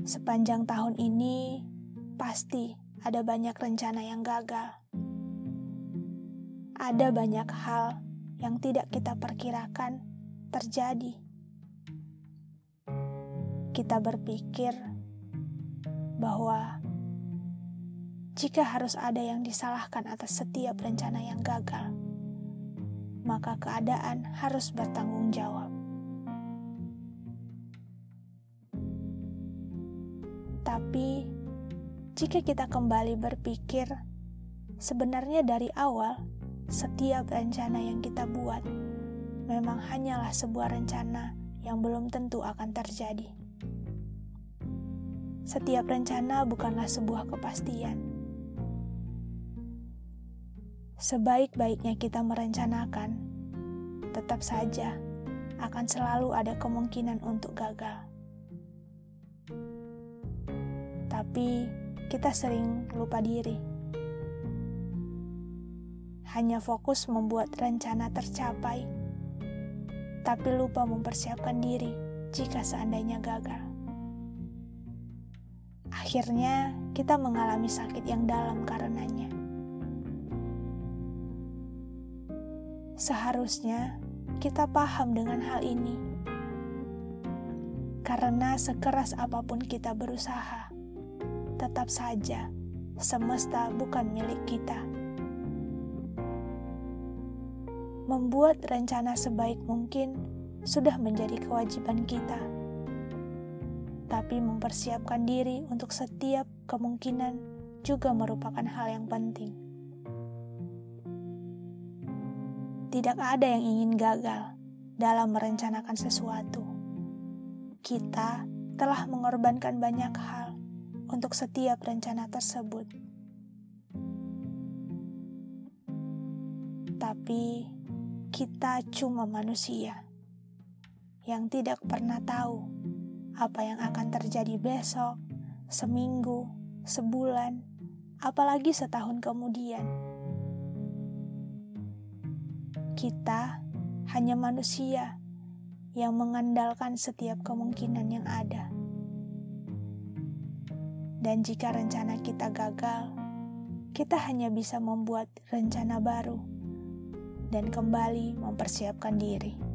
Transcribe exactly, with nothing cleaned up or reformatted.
Sepanjang tahun ini, pasti ada banyak rencana yang gagal. Ada banyak hal yang tidak kita perkirakan terjadi. Kita berpikir bahwa jika harus ada yang disalahkan atas setiap rencana yang gagal, maka keadaan harus bertanggung jawab. Tapi, jika kita kembali berpikir, sebenarnya dari awal, setiap rencana yang kita buat memang hanyalah sebuah rencana yang belum tentu akan terjadi. Setiap rencana bukanlah sebuah kepastian. Sebaik-baiknya kita merencanakan, tetap saja akan selalu ada kemungkinan untuk gagal. Tapi kita sering lupa diri. Hanya fokus membuat rencana tercapai, tapi lupa mempersiapkan diri jika seandainya gagal. Akhirnya kita mengalami sakit yang dalam karenanya. Seharusnya kita paham dengan hal ini, karena sekeras apapun kita berusaha, tetap saja semesta bukan milik kita. Membuat rencana sebaik mungkin sudah menjadi kewajiban kita, tapi mempersiapkan diri untuk setiap kemungkinan juga merupakan hal yang penting. Tidak ada yang ingin gagal dalam merencanakan sesuatu. Kita telah mengorbankan banyak hal untuk setiap rencana tersebut. Tapi kita cuma manusia yang tidak pernah tahu apa yang akan terjadi besok, seminggu, sebulan, apalagi setahun kemudian. Kita hanya manusia yang mengandalkan setiap kemungkinan yang ada. Dan jika rencana kita gagal, kita hanya bisa membuat rencana baru dan kembali mempersiapkan diri.